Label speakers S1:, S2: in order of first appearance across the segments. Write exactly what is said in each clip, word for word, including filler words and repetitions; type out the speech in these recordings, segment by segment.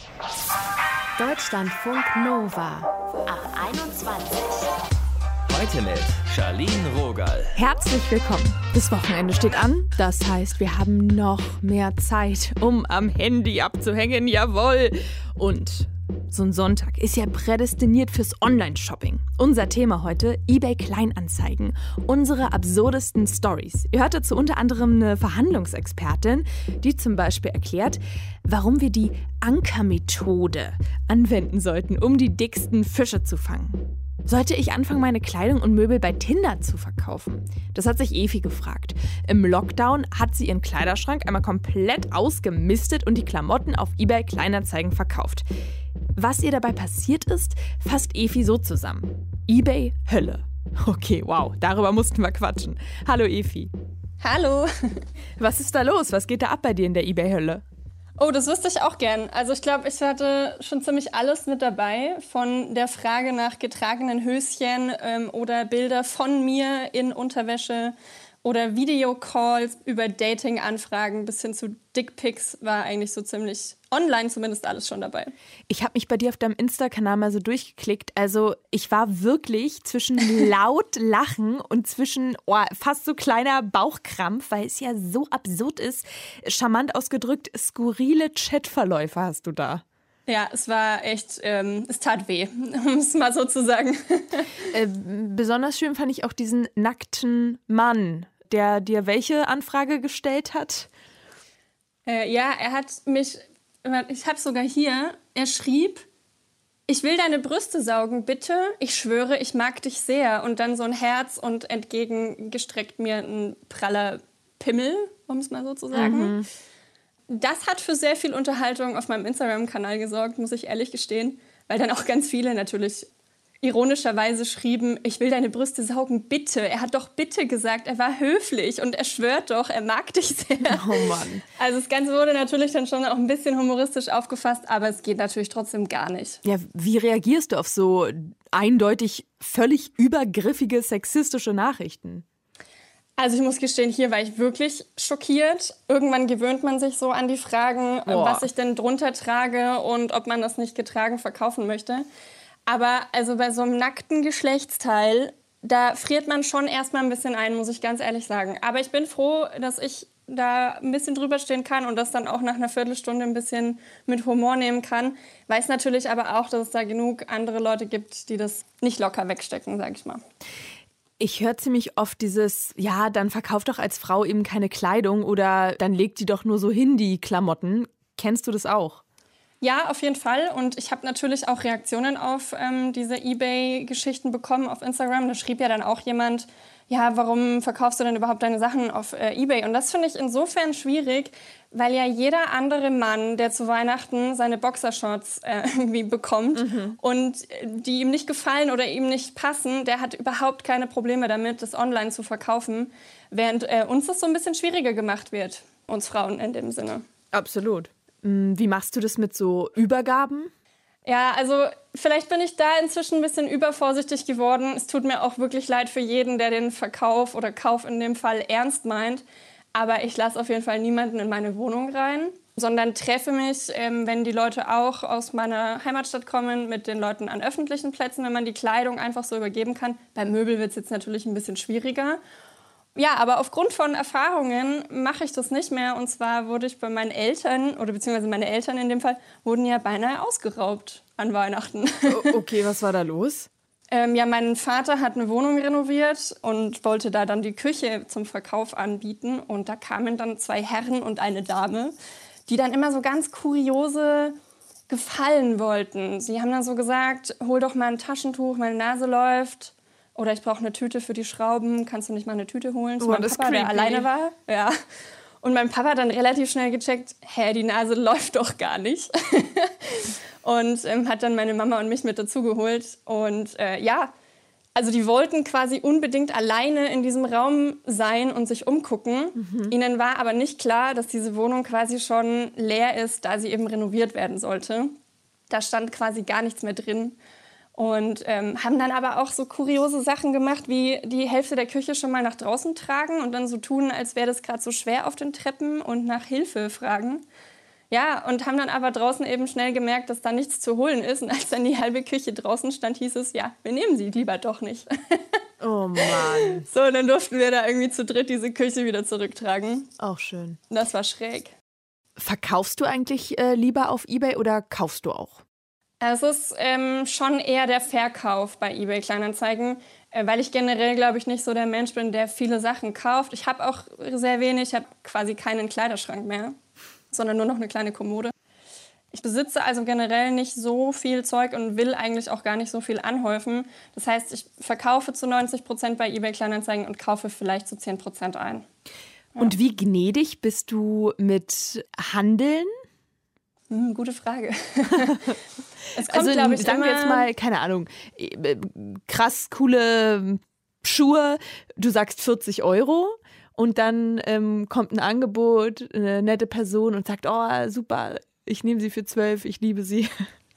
S1: Deutschlandfunk Nova ab einundzwanzig.
S2: Heute mit Charlene Rogal.
S3: Herzlich willkommen. Das Wochenende steht an. Das heißt, wir haben noch mehr Zeit, um am Handy abzuhängen. Jawohl. Und so ein Sonntag ist ja prädestiniert fürs Online-Shopping. Unser Thema heute: eBay Kleinanzeigen. Unsere absurdesten Stories. Ihr hört dazu unter anderem eine Verhandlungsexpertin, die zum Beispiel erklärt, warum wir die Ankermethode anwenden sollten, um die dicksten Fische zu fangen. Sollte ich anfangen, meine Kleidung und Möbel bei Tinder zu verkaufen? Das hat sich Evi gefragt. Im Lockdown hat sie ihren Kleiderschrank einmal komplett ausgemistet und die Klamotten auf eBay Kleinanzeigen verkauft. Was ihr dabei passiert ist, fasst Evi so zusammen: eBay Hölle. Okay, wow, darüber mussten wir quatschen. Hallo Evi.
S4: Hallo.
S3: Was ist da los? Was geht da ab bei dir in der eBay Hölle?
S4: Oh, das wüsste ich auch gern. Also ich glaube, ich hatte schon ziemlich alles mit dabei. Von der Frage nach getragenen Höschen ähm, oder Bilder von mir in Unterwäsche oder Videocalls über Dating-Anfragen bis hin zu Dickpics war eigentlich so ziemlich online zumindest alles schon dabei.
S3: Ich habe mich bei dir auf deinem Insta-Kanal mal so durchgeklickt. Also ich war wirklich zwischen laut Lachen und zwischen oh, fast so kleiner Bauchkrampf, weil es ja so absurd ist. Charmant ausgedrückt, skurrile Chatverläufe hast du da.
S4: Ja, es war echt, ähm, es tat weh, um es mal so zu sagen.
S3: äh, besonders schön fand ich auch diesen nackten Mann, der dir welche Anfrage gestellt hat?
S4: Äh, ja, er hat mich, ich habe sogar hier, er schrieb: Ich will deine Brüste saugen, bitte. Ich schwöre, ich mag dich sehr. Und dann so ein Herz und entgegengestreckt mir ein praller Pimmel, um es mal so zu sagen. Mhm. Das hat für sehr viel Unterhaltung auf meinem Instagram-Kanal gesorgt, muss ich ehrlich gestehen. Weil dann auch ganz viele natürlich ironischerweise schrieben: Ich will deine Brüste saugen, bitte. Er hat doch bitte gesagt, er war höflich und er schwört doch, er mag dich sehr.
S3: Oh Mann.
S4: Also das Ganze wurde natürlich dann schon auch ein bisschen humoristisch aufgefasst, aber es geht natürlich trotzdem gar nicht.
S3: Ja, wie reagierst du auf so eindeutig völlig übergriffige, sexistische Nachrichten?
S4: Also ich muss gestehen, hier war ich wirklich schockiert. Irgendwann gewöhnt man sich so an die Fragen, Boah. was ich denn drunter trage und ob man das nicht getragen verkaufen möchte. Aber also bei so einem nackten Geschlechtsteil, da friert man schon erstmal ein bisschen ein, muss ich ganz ehrlich sagen. Aber ich bin froh, dass ich da ein bisschen drüber stehen kann und das dann auch nach einer Viertelstunde ein bisschen mit Humor nehmen kann. Weiß natürlich aber auch, dass es da genug andere Leute gibt, die das nicht locker wegstecken, sag ich mal.
S3: Ich höre ziemlich oft dieses, ja, dann verkauft doch als Frau eben keine Kleidung oder dann legt die doch nur so hin, die Klamotten. Kennst du das auch?
S4: Ja, auf jeden Fall. Und ich habe natürlich auch Reaktionen auf ähm, diese eBay-Geschichten bekommen auf Instagram. Da schrieb ja dann auch jemand: Ja, warum verkaufst du denn überhaupt deine Sachen auf äh, eBay? Und das finde ich insofern schwierig, weil ja jeder andere Mann, der zu Weihnachten seine Boxershorts äh, irgendwie bekommt mhm. und die ihm nicht gefallen oder ihm nicht passen, der hat überhaupt keine Probleme damit, das online zu verkaufen, während äh, uns das so ein bisschen schwieriger gemacht wird, uns Frauen in dem Sinne.
S3: Absolut. Wie machst du das mit so Übergaben?
S4: Ja, also vielleicht bin ich da inzwischen ein bisschen übervorsichtig geworden. Es tut mir auch wirklich leid für jeden, der den Verkauf oder Kauf in dem Fall ernst meint. Aber ich lasse auf jeden Fall niemanden in meine Wohnung rein, sondern treffe mich, ähm, wenn die Leute auch aus meiner Heimatstadt kommen, mit den Leuten an öffentlichen Plätzen, wenn man die Kleidung einfach so übergeben kann. Beim Möbel wird es jetzt natürlich ein bisschen schwieriger. Ja, aber aufgrund von Erfahrungen mache ich das nicht mehr. Und zwar wurde ich bei meinen Eltern, oder beziehungsweise meine Eltern in dem Fall, wurden ja beinahe ausgeraubt an Weihnachten.
S3: Okay, was war da los?
S4: ähm, ja, mein Vater hat eine Wohnung renoviert und wollte da dann die Küche zum Verkauf anbieten. Und da kamen dann zwei Herren und eine Dame, die dann immer so ganz kuriose Gefallen wollten. Sie haben dann so gesagt: Hol doch mal ein Taschentuch, meine Nase läuft. Oder ich brauche eine Tüte für die Schrauben, kannst du nicht mal eine Tüte holen? Zu
S3: oh,
S4: meinem Papa, der alleine war. Ja. Und mein Papa hat dann relativ schnell gecheckt: Hä, die Nase läuft doch gar nicht. und ähm, hat dann meine Mama und mich mit dazugeholt. Und äh, ja, also die wollten quasi unbedingt alleine in diesem Raum sein und sich umgucken. Mhm. Ihnen war aber nicht klar, dass diese Wohnung quasi schon leer ist, da sie eben renoviert werden sollte. Da stand quasi gar nichts mehr drin. Und ähm, haben dann aber auch so kuriose Sachen gemacht, wie die Hälfte der Küche schon mal nach draußen tragen und dann so tun, als wäre das gerade so schwer auf den Treppen und nach Hilfe fragen. Ja, und haben dann aber draußen eben schnell gemerkt, dass da nichts zu holen ist. Und als dann die halbe Küche draußen stand, hieß es, ja, wir nehmen sie lieber doch nicht.
S3: Oh Mann.
S4: So, und dann durften wir da irgendwie zu dritt diese Küche wieder zurücktragen.
S3: Auch schön.
S4: Und das war schräg.
S3: Verkaufst du eigentlich äh, lieber auf eBay oder kaufst du auch?
S4: Es ist ähm, schon eher der Verkauf bei eBay Kleinanzeigen, äh, weil ich generell, glaube ich, nicht so der Mensch bin, der viele Sachen kauft. Ich habe auch sehr wenig, ich habe quasi keinen Kleiderschrank mehr, sondern nur noch eine kleine Kommode. Ich besitze also generell nicht so viel Zeug und will eigentlich auch gar nicht so viel anhäufen. Das heißt, ich verkaufe zu neunzig Prozent bei eBay Kleinanzeigen und kaufe vielleicht zu zehn Prozent ein. Ja.
S3: Und wie gnädig bist du mit Handeln?
S4: Hm, gute Frage. Es kommt,
S3: Also
S4: glaub ich,
S3: sagen wir
S4: immer
S3: jetzt mal, keine Ahnung, äh, krass coole Schuhe, du sagst vierzig Euro und dann ähm, kommt ein Angebot, eine nette Person und sagt, oh super, ich nehme sie für zwölf, ich liebe sie.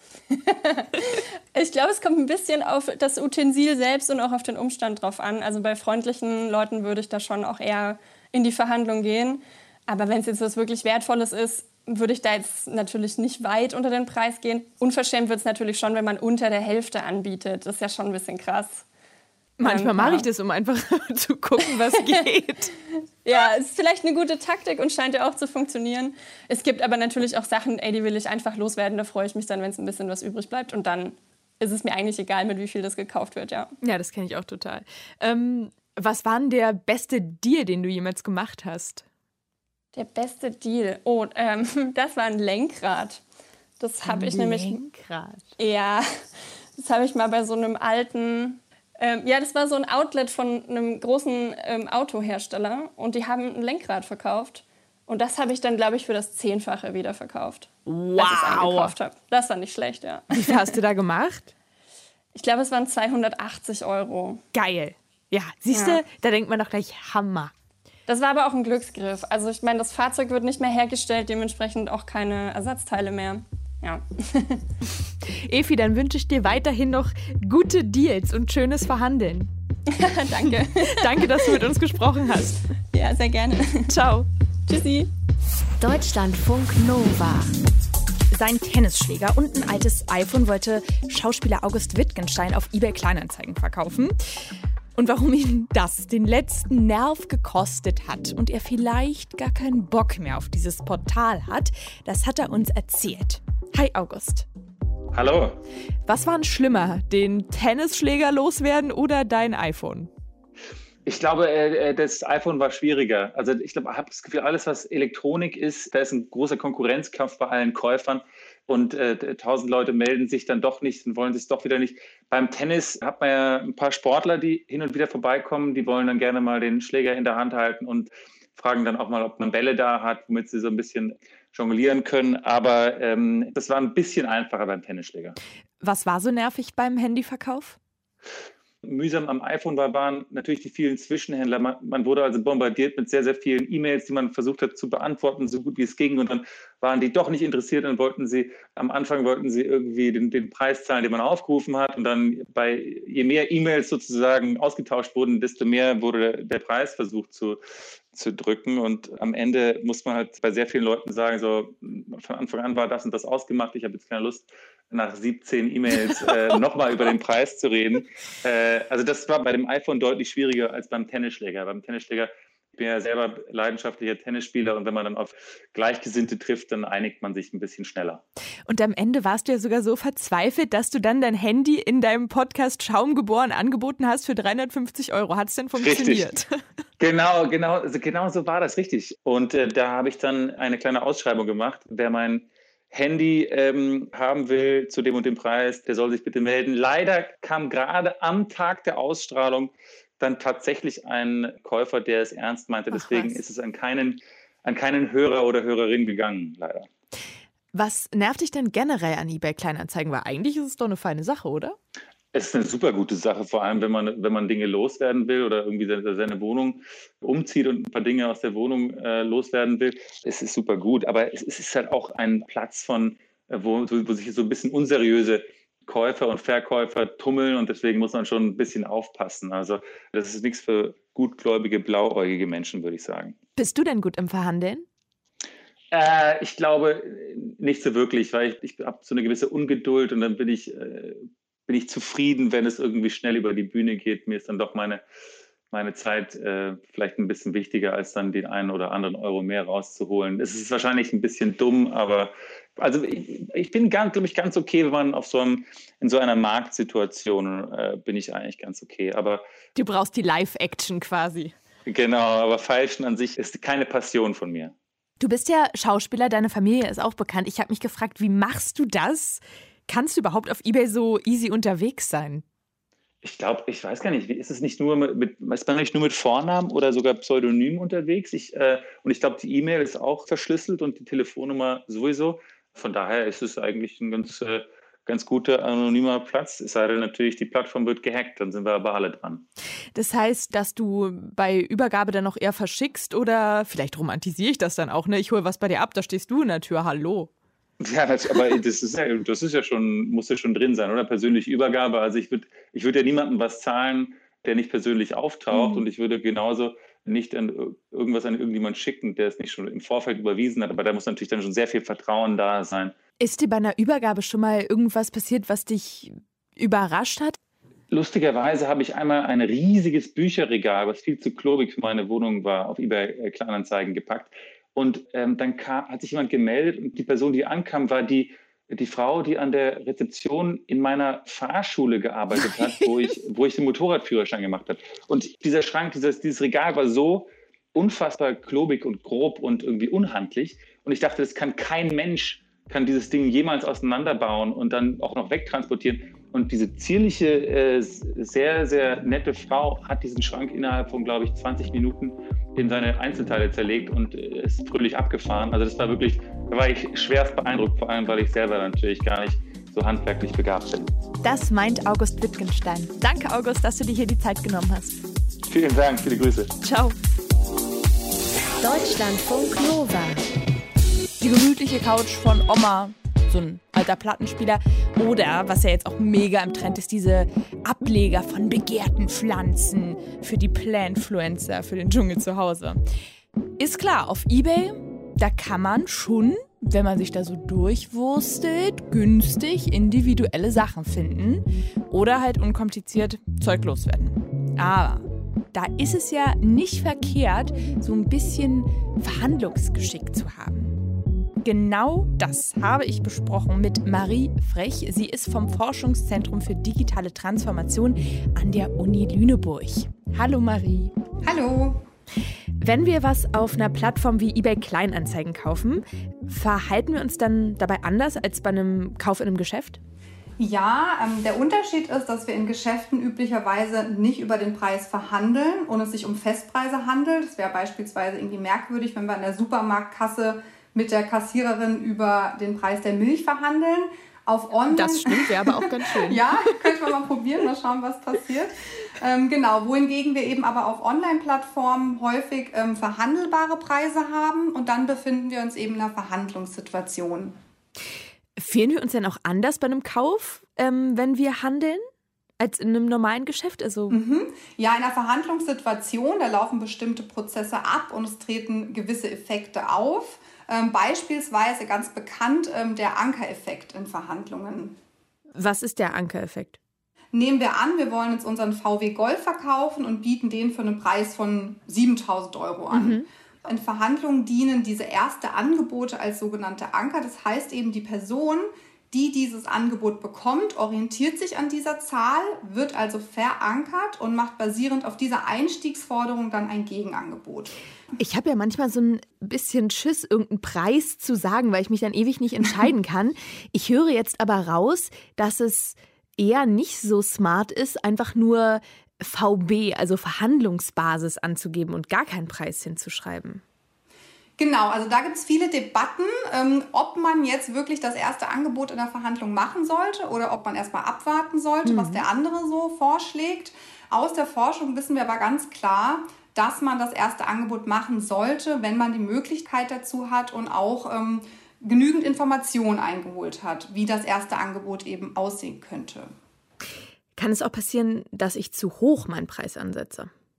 S4: Ich glaube, es kommt ein bisschen auf das Utensil selbst und auch auf den Umstand drauf an. Also bei freundlichen Leuten würde ich da schon auch eher in die Verhandlung gehen. Aber wenn es jetzt was wirklich Wertvolles ist, würde ich da jetzt natürlich nicht weit unter den Preis gehen. Unverschämt wird es natürlich schon, wenn man unter der Hälfte anbietet. Das ist ja schon ein bisschen krass.
S3: Manchmal
S4: ähm,
S3: mache
S4: ja.
S3: ich das, um einfach zu gucken, was geht.
S4: Ja, es ist vielleicht eine gute Taktik und scheint ja auch zu funktionieren. Es gibt aber natürlich auch Sachen, ey, die will ich einfach loswerden. Da freue ich mich dann, wenn es ein bisschen was übrig bleibt. Und dann ist es mir eigentlich egal, mit wie viel das gekauft wird, ja.
S3: Ja, das kenne ich auch total. Ähm, was war denn der beste Deal, den du jemals gemacht hast?
S4: Der beste Deal. Oh, ähm, das war ein Lenkrad. Das habe ich nämlich.
S3: Lenkrad.
S4: Ja, das habe ich mal bei so einem alten. Ähm, ja, das war so ein Outlet von einem großen ähm, Autohersteller und die haben ein Lenkrad verkauft. Und das habe ich dann, glaube ich, für das Zehnfache wieder verkauft.
S3: Wow.
S4: Als ich es eingekauft habe. Das war nicht schlecht, ja.
S3: Wie viel hast du da gemacht?
S4: Ich glaube, es waren zweihundertachtzig Euro.
S3: Geil. Ja, siehst du,
S4: Ja.
S3: da denkt man doch gleich Hammer.
S4: Das war aber auch ein Glücksgriff. Also ich meine, das Fahrzeug wird nicht mehr hergestellt, dementsprechend auch keine Ersatzteile mehr. Ja.
S3: Evi, dann wünsche ich dir weiterhin noch gute Deals und schönes Verhandeln.
S4: Danke.
S3: Danke, dass du mit uns gesprochen hast.
S4: Ja, sehr gerne.
S3: Ciao.
S4: Tschüssi.
S1: Deutschlandfunk Nova.
S3: Sein Tennisschläger und ein altes iPhone wollte Schauspieler August Wittgenstein auf eBay Kleinanzeigen verkaufen. Und warum ihn das den letzten Nerv gekostet hat und er vielleicht gar keinen Bock mehr auf dieses Portal hat, das hat er uns erzählt. Hi August.
S5: Hallo.
S3: Was war denn schlimmer, den Tennisschläger loswerden oder dein iPhone?
S5: Ich glaube, äh, das iPhone war schwieriger. Also ich glaube, ich habe das Gefühl, alles, was Elektronik ist, da ist ein großer Konkurrenzkampf bei allen Käufern. Und äh, tausend Leute melden sich dann doch nicht und wollen es doch wieder nicht. Beim Tennis hat man ja ein paar Sportler, die hin und wieder vorbeikommen. Die wollen dann gerne mal den Schläger in der Hand halten und fragen dann auch mal, ob man Bälle da hat, womit sie so ein bisschen jonglieren können. Aber ähm, das war ein bisschen einfacher beim Tennisschläger.
S3: Was war so nervig beim Handyverkauf?
S5: Mühsam am iPhone war, waren natürlich die vielen Zwischenhändler. Man, man wurde also bombardiert mit sehr, sehr vielen E-Mails, die man versucht hat zu beantworten, so gut wie es ging. Und dann waren die doch nicht interessiert und wollten sie, am Anfang wollten sie irgendwie den, den Preis zahlen, den man aufgerufen hat. Und dann bei, je mehr E-Mails sozusagen ausgetauscht wurden, desto mehr wurde der, der Preis versucht zu, zu drücken. Und am Ende muss man halt bei sehr vielen Leuten sagen, so von Anfang an war das und das ausgemacht. Ich habe jetzt keine Lust, nach siebzehn E-Mails äh, nochmal über den Preis zu reden. Äh, also das war bei dem iPhone deutlich schwieriger als beim Tennisschläger. Beim Tennisschläger, ich bin ja selber leidenschaftlicher Tennisspieler und wenn man dann auf Gleichgesinnte trifft, dann einigt man sich ein bisschen schneller.
S3: Und am Ende warst du ja sogar so verzweifelt, dass du dann dein Handy in deinem Podcast Schaum geboren angeboten hast für dreihundertfünfzig Euro. Hat es denn funktioniert?
S5: Richtig. Genau, genau, also genau so war das, richtig. Und äh, da habe ich dann eine kleine Ausschreibung gemacht. Wer mein Handy ähm, haben will zu dem und dem Preis, der soll sich bitte melden. Leider kam gerade am Tag der Ausstrahlung dann tatsächlich ein Käufer, der es ernst meinte. Deswegen ist es an keinen, an keinen Hörer oder Hörerin gegangen, leider.
S3: Was nervt dich denn generell an eBay Kleinanzeigen? Weil eigentlich ist es doch eine feine Sache, oder?
S5: Es ist eine super gute Sache, vor allem wenn man, wenn man Dinge loswerden will oder irgendwie seine, seine Wohnung umzieht und ein paar Dinge aus der Wohnung äh, loswerden will. Es ist super gut, aber es, es ist halt auch ein Platz, von, äh, wo, wo sich so ein bisschen unseriöse Käufer und Verkäufer tummeln und deswegen muss man schon ein bisschen aufpassen. Also das ist nichts für gutgläubige, blauäugige Menschen, würde ich sagen.
S3: Bist du denn gut im Verhandeln?
S5: Äh, ich glaube nicht so wirklich, weil ich, ich habe so eine gewisse Ungeduld und dann bin ich, äh, bin ich zufrieden, wenn es irgendwie schnell über die Bühne geht. Mir ist dann doch meine, meine Zeit äh, vielleicht ein bisschen wichtiger, als dann den einen oder anderen Euro mehr rauszuholen. Es ist wahrscheinlich ein bisschen dumm, aber also ich, ich bin, glaube ich, ganz okay, wenn man auf so einem, in so einer Marktsituation äh, bin ich eigentlich ganz okay. Aber
S3: du brauchst die Live-Action quasi.
S5: Genau, aber Feilschen an sich ist keine Passion von mir.
S3: Du bist ja Schauspieler, deine Familie ist auch bekannt. Ich habe mich gefragt, wie machst du das? Kannst du überhaupt auf eBay so easy unterwegs sein?
S5: Ich glaube, ich weiß gar nicht, ist es nicht nur mit, mit, ist man nicht nur mit Vornamen oder sogar Pseudonym unterwegs? Ich, äh, und ich glaube, die E-Mail ist auch verschlüsselt und die Telefonnummer sowieso. Von daher ist es eigentlich ein ganz, äh, ganz guter anonymer Platz. Es sei denn natürlich, die Plattform wird gehackt, dann sind wir aber alle dran. Das heißt, dass du bei Übergabe dann noch eher verschickst oder vielleicht romantisiere ich das dann auch, ne? Ich hole was bei dir ab, da stehst du in der Tür, hallo. Ja, das, aber das ist ja, das ist ja schon, muss ja schon drin sein, oder? Persönliche Übergabe. Also ich würde ich würd ja niemandem was zahlen, der nicht persönlich auftaucht. Mhm. Und ich würde genauso nicht an irgendwas an irgendjemand schicken, der es nicht schon im Vorfeld überwiesen hat. Aber da muss natürlich dann schon sehr viel Vertrauen da sein. Ist dir bei einer Übergabe schon mal irgendwas passiert, was dich überrascht hat? Lustigerweise habe ich einmal ein riesiges Bücherregal, was viel zu klobig für meine Wohnung war, auf eBay Kleinanzeigen gepackt. Und ähm, dann kam, hat sich jemand gemeldet und die Person, die ankam, war die, die Frau, die an der Rezeption in meiner Fahrschule gearbeitet hat, wo ich, wo ich den Motorradführerschein gemacht habe. Und dieser Schrank, dieses, dieses Regal war so unfassbar klobig und grob und irgendwie unhandlich. Und ich dachte, das kann kein Mensch, kann dieses Ding jemals auseinanderbauen und dann auch noch wegtransportieren. Und diese zierliche, äh, sehr, sehr nette Frau hat diesen Schrank innerhalb von, glaube ich, zwanzig Minuten in seine Einzelteile zerlegt und äh, ist fröhlich abgefahren. Also das war wirklich, da war ich schwerst beeindruckt, vor allem, weil ich selber natürlich gar nicht so handwerklich begabt bin. Das meint August Wittgenstein. Danke, August, dass du dir hier die Zeit genommen hast. Vielen Dank, viele Grüße. Ciao.
S1: Deutschlandfunk Nova.
S3: Die gemütliche Couch von Oma, so ein alter Plattenspieler. Oder, was ja jetzt auch mega im Trend ist, diese Ableger von begehrten Pflanzen für die Plantfluencer, für den Dschungel zu Hause. Ist klar, auf eBay, da kann man schon, wenn man sich da so durchwurstelt, günstig individuelle Sachen finden oder halt unkompliziert Zeug loswerden. Aber da ist es ja nicht verkehrt, so ein bisschen Verhandlungsgeschick zu haben. Genau das habe ich besprochen mit Marie Frech. Sie ist vom Forschungszentrum für digitale Transformation an der Uni Lüneburg. Hallo Marie.
S6: Hallo.
S3: Wenn wir was auf einer Plattform wie eBay Kleinanzeigen kaufen, verhalten wir uns dann dabei anders als bei einem Kauf in einem Geschäft?
S6: Ja, ähm, der Unterschied ist, dass wir in Geschäften üblicherweise nicht über den Preis verhandeln und es sich um Festpreise handelt. Es wäre beispielsweise irgendwie merkwürdig, wenn wir an der Supermarktkasse mit der Kassiererin über den Preis der Milch verhandeln. Auf Online
S3: das stimmt, wäre aber auch ganz schön.
S6: Ja, könnte man mal probieren, mal schauen, was passiert. Ähm, genau, wohingegen wir eben aber auf Online-Plattformen häufig ähm, verhandelbare Preise haben und dann befinden wir uns eben in einer Verhandlungssituation.
S3: Fühlen wir uns denn auch anders bei einem Kauf, ähm, wenn wir handeln, als in einem normalen Geschäft? Also
S6: mhm. Ja, in einer Verhandlungssituation, da laufen bestimmte Prozesse ab und es treten gewisse Effekte auf. Ähm, beispielsweise ganz bekannt ähm, der Ankereffekt in Verhandlungen.
S3: Was ist der Ankereffekt?
S6: Nehmen wir an, wir wollen jetzt unseren V W Golf verkaufen und bieten den für einen Preis von siebentausend Euro an. Mhm. In Verhandlungen dienen diese erste Angebote als sogenannte Anker. Das heißt eben, die Person, die dieses Angebot bekommt, orientiert sich an dieser Zahl, wird also verankert und macht basierend auf dieser Einstiegsforderung dann ein Gegenangebot.
S3: Ich habe ja manchmal so ein bisschen Schiss, irgendeinen Preis zu sagen, weil ich mich dann ewig nicht entscheiden kann. Ich höre jetzt aber raus, dass es eher nicht so smart ist, einfach nur V B, also Verhandlungsbasis anzugeben und gar keinen Preis hinzuschreiben.
S6: Genau, also da gibt es viele Debatten, ähm, ob man jetzt wirklich das erste Angebot in der Verhandlung machen sollte oder ob man erstmal abwarten sollte, mhm. was der andere so vorschlägt. Aus der Forschung wissen wir aber ganz klar, dass man das erste Angebot machen sollte, wenn man die Möglichkeit dazu hat und auch ähm, genügend Informationen eingeholt hat, wie das erste Angebot eben aussehen könnte.
S3: Kann es auch passieren, dass ich zu hoch meinen Preis ansetze?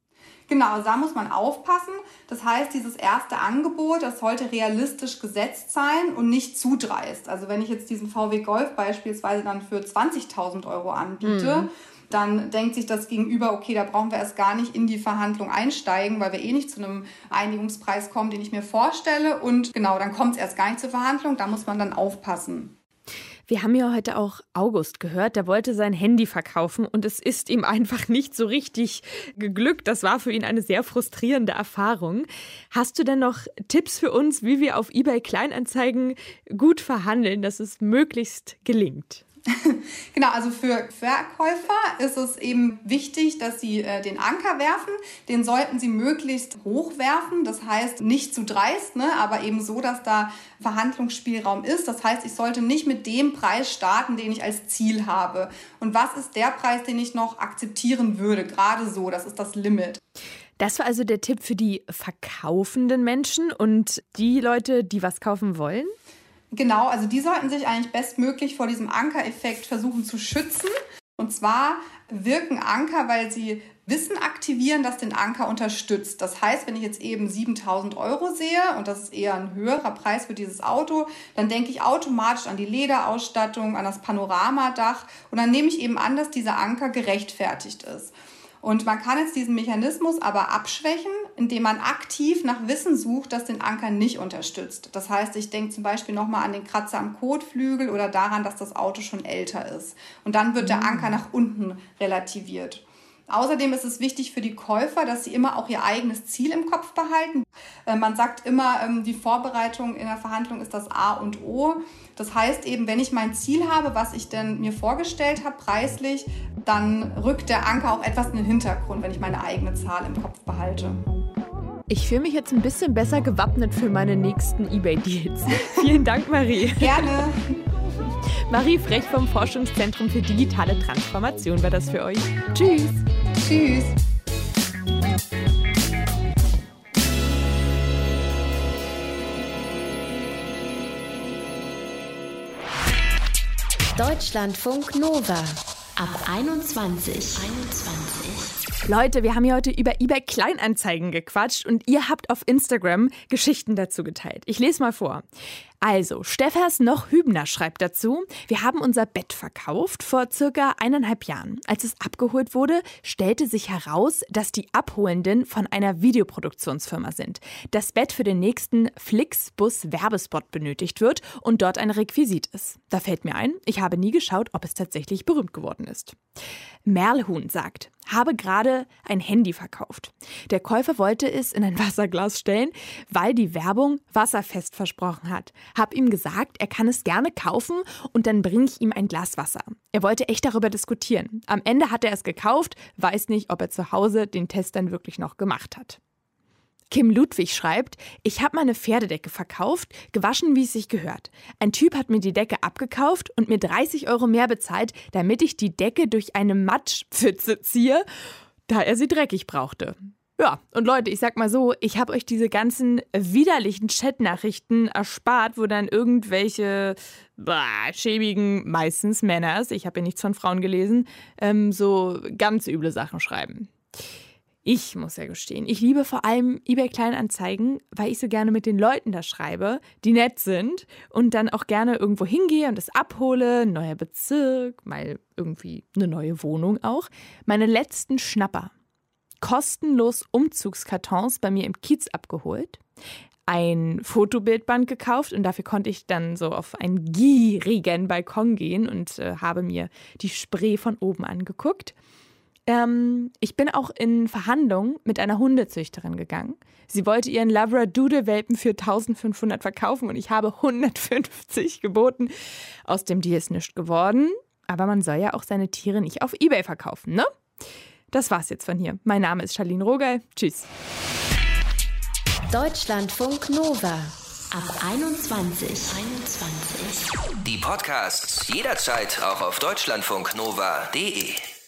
S6: Genau, da muss man aufpassen. Das heißt, dieses erste Angebot, das sollte realistisch gesetzt sein und nicht zu dreist. Also wenn ich jetzt diesen V W Golf beispielsweise dann für zwanzigtausend Euro anbiete, mhm. dann denkt sich das Gegenüber, okay, da brauchen wir erst gar nicht in die Verhandlung einsteigen, weil wir eh nicht zu einem Einigungspreis kommen, den ich mir vorstelle. Und genau, dann kommt es erst gar nicht zur Verhandlung, da muss man dann aufpassen.
S3: Wir haben ja heute auch August gehört, der wollte sein Handy verkaufen und es ist ihm einfach nicht so richtig geglückt. Das war für ihn eine sehr frustrierende Erfahrung. Hast du denn noch Tipps für uns, wie wir auf eBay Kleinanzeigen gut verhandeln, dass es möglichst gelingt?
S6: Genau, also für Verkäufer ist es eben wichtig, dass sie äh, den Anker werfen. Den sollten sie möglichst hoch werfen. Das heißt, nicht zu dreist, ne, aber eben so, dass da Verhandlungsspielraum ist. Das heißt, ich sollte nicht mit dem Preis starten, den ich als Ziel habe. Und was ist der Preis, den ich noch akzeptieren würde? Gerade so, das ist das Limit.
S3: Das war also der Tipp für die verkaufenden Menschen und die Leute, die was kaufen wollen?
S6: Genau, also die sollten sich eigentlich bestmöglich vor diesem Ankereffekt versuchen zu schützen. Und zwar wirken Anker, weil sie Wissen aktivieren, das den Anker unterstützt. Das heißt, wenn ich jetzt eben siebentausend Euro sehe und das ist eher ein höherer Preis für dieses Auto, dann denke ich automatisch an die Lederausstattung, an das Panoramadach und dann nehme ich eben an, dass dieser Anker gerechtfertigt ist. Und man kann jetzt diesen Mechanismus aber abschwächen, indem man aktiv nach Wissen sucht, das den Anker nicht unterstützt. Das heißt, ich denke zum Beispiel nochmal an den Kratzer am Kotflügel oder daran, dass das Auto schon älter ist. Und dann wird der Anker nach unten relativiert. Außerdem ist es wichtig für die Käufer, dass sie immer auch ihr eigenes Ziel im Kopf behalten. Äh, man sagt immer, ähm, die Vorbereitung in der Verhandlung ist das A und O. Das heißt eben, wenn ich mein Ziel habe, was ich denn mir vorgestellt habe, preislich, dann rückt der Anker auch etwas in den Hintergrund, wenn ich meine eigene Zahl im Kopf behalte.
S3: Ich fühle mich jetzt ein bisschen besser gewappnet für meine nächsten eBay-Deals. Vielen Dank, Marie.
S6: Gerne.
S3: Marie Frech vom Forschungszentrum für digitale Transformation war das für euch. Tschüss.
S6: Tschüss.
S1: Deutschlandfunk Nova ab einundzwanzig. einundzwanzig.
S3: Leute, wir haben hier heute über eBay Kleinanzeigen gequatscht und ihr habt auf Instagram Geschichten dazu geteilt. Ich lese mal vor. Also, Steffers noch Hübner schreibt dazu, wir haben unser Bett verkauft vor circa eineinhalb Jahren. Als es abgeholt wurde, stellte sich heraus, dass die Abholenden von einer Videoproduktionsfirma sind. Das Bett für den nächsten Flixbus-Werbespot benötigt wird und dort ein Requisit ist. Da fällt mir ein, ich habe nie geschaut, ob es tatsächlich berühmt geworden ist. Merlhuhn sagt, habe gerade ein Handy verkauft. Der Käufer wollte es in ein Wasserglas stellen, weil die Werbung wasserfest versprochen hat. Hab ihm gesagt, er kann es gerne kaufen und dann bringe ich ihm ein Glas Wasser. Er wollte echt darüber diskutieren. Am Ende hat er es gekauft, weiß nicht, ob er zu Hause den Test dann wirklich noch gemacht hat. Kim Ludwig schreibt, ich habe meine Pferdedecke verkauft, gewaschen, wie es sich gehört. Ein Typ hat mir die Decke abgekauft und mir dreißig Euro mehr bezahlt, damit ich die Decke durch eine Matschpfütze ziehe, da er sie dreckig brauchte. Ja, und Leute, ich sag mal so, ich habe euch diese ganzen widerlichen Chatnachrichten erspart, wo dann irgendwelche bah, schäbigen, meistens Männers, ich habe ja nichts von Frauen gelesen, ähm, so ganz üble Sachen schreiben. Ich muss ja gestehen, ich liebe vor allem eBay Kleinanzeigen, weil ich so gerne mit den Leuten da schreibe, die nett sind und dann auch gerne irgendwo hingehe und das abhole, ein neuer Bezirk, mal irgendwie eine neue Wohnung auch. Meine letzten Schnapper. Kostenlos Umzugskartons bei mir im Kiez abgeholt, ein Fotobildband gekauft und dafür konnte ich dann so auf einen gierigen Balkon gehen und äh, habe mir die Spree von oben angeguckt. Ähm, ich bin auch in Verhandlungen mit einer Hundezüchterin gegangen. Sie wollte ihren Labradoodle-Welpen für eintausendfünfhundert verkaufen und ich habe hundertfünfzig geboten. Aus dem Deal ist nichts geworden, aber man soll ja auch seine Tiere nicht auf eBay verkaufen, ne? Das war's jetzt von hier. Mein Name ist Charlene Rogal. Tschüss.
S1: Deutschlandfunk Nova ab einundzwanzig. einundzwanzig.
S2: Die Podcasts jederzeit auch auf deutschlandfunknova punkt de.